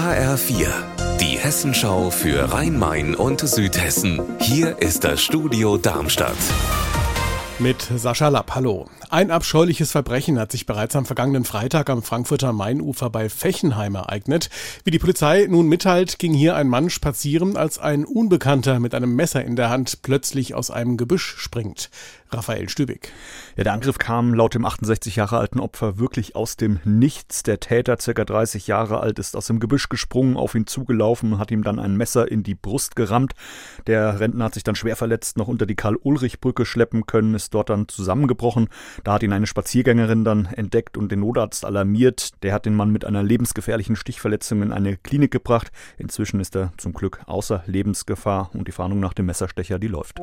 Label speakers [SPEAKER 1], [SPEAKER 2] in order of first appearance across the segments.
[SPEAKER 1] HR4, die Hessenschau für Rhein-Main und Südhessen. Hier ist das Studio Darmstadt.
[SPEAKER 2] Mit Sascha Lapp, hallo. Ein abscheuliches Verbrechen hat sich bereits am vergangenen Freitag am Frankfurter Mainufer bei Fechenheim ereignet. Wie die Polizei nun mitteilt, ging hier ein Mann spazieren, als ein Unbekannter mit einem Messer in der Hand plötzlich aus einem Gebüsch springt. Raphael Stübig.
[SPEAKER 3] Ja, der Angriff kam laut dem 68 Jahre alten Opfer wirklich aus dem Nichts. Der Täter, ca. 30 Jahre alt, ist aus dem Gebüsch gesprungen, auf ihn zugelaufen und hat ihm dann ein Messer in die Brust gerammt. Der Rentner hat sich dann schwer verletzt noch unter die Karl-Ulrich-Brücke schleppen können, ist dort dann zusammengebrochen. Da hat ihn eine Spaziergängerin dann entdeckt und den Notarzt alarmiert. Der hat den Mann mit einer lebensgefährlichen Stichverletzung in eine Klinik gebracht. Inzwischen ist er zum Glück außer Lebensgefahr und die Fahndung nach dem Messerstecher, die läuft.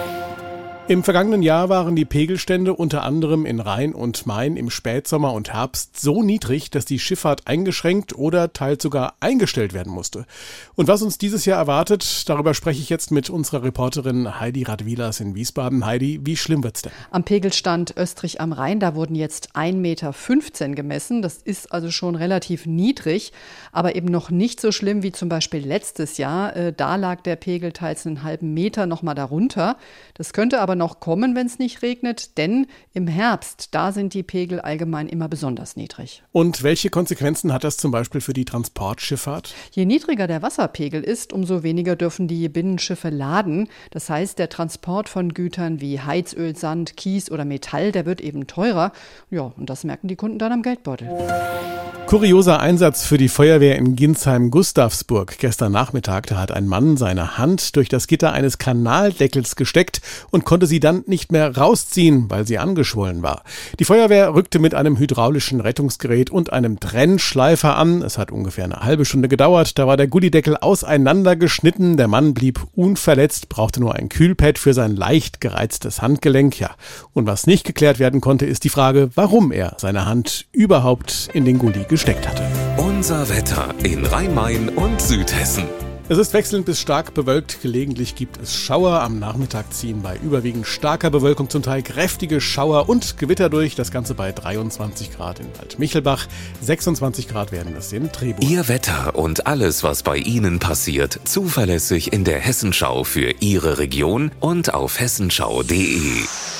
[SPEAKER 2] Im vergangenen Jahr waren die Pegelstände unter anderem in Rhein und Main im Spätsommer und Herbst so niedrig, dass die Schifffahrt eingeschränkt oder teils sogar eingestellt werden musste. Und was uns dieses Jahr erwartet, darüber spreche ich jetzt mit unserer Reporterin Heidi Radwilas in Wiesbaden. Heidi, wie schlimm wird's denn?
[SPEAKER 4] Am Pegelstand Österreich am Rhein, da wurden jetzt 1,15 Meter gemessen. Das ist also schon relativ niedrig, aber eben noch nicht so schlimm wie zum Beispiel letztes Jahr. Da lag der Pegel teils einen halben Meter noch mal darunter. Das könnte aber noch kommen, wenn es nicht regnet, denn im Herbst, da sind die Pegel allgemein immer besonders niedrig.
[SPEAKER 2] Und welche Konsequenzen hat das zum Beispiel für die Transportschifffahrt?
[SPEAKER 4] Je niedriger der Wasserpegel ist, umso weniger dürfen die Binnenschiffe laden. Das heißt, der Transport von Gütern wie Heizöl, Sand, Kies oder Metall, der wird eben teurer. Ja, und das merken die Kunden dann am Geldbeutel.
[SPEAKER 2] Kurioser Einsatz für die Feuerwehr in Ginsheim-Gustavsburg. Gestern Nachmittag, da hat ein Mann seine Hand durch das Gitter eines Kanaldeckels gesteckt und konnte sie dann nicht mehr rausziehen, weil sie angeschwollen war. Die Feuerwehr rückte mit einem hydraulischen Rettungsgerät und einem Trennschleifer an. Es hat ungefähr eine halbe Stunde gedauert. Da war der Gullydeckel auseinandergeschnitten. Der Mann blieb unverletzt, brauchte nur ein Kühlpad für sein leicht gereiztes Handgelenk. Ja, und was nicht geklärt werden konnte, ist die Frage, warum er seine Hand überhaupt in den Gully gesteckt hatte.
[SPEAKER 1] Unser Wetter in Rhein-Main und Südhessen.
[SPEAKER 2] Es ist wechselnd bis stark bewölkt. Gelegentlich gibt es Schauer. Am Nachmittag ziehen bei überwiegend starker Bewölkung zum Teil kräftige Schauer und Gewitter durch. Das Ganze bei 23 Grad in Waldmichelbach. 26 Grad werden es in Trebow.
[SPEAKER 1] Ihr Wetter und alles, was bei Ihnen passiert, zuverlässig in der Hessenschau für Ihre Region und auf hessenschau.de.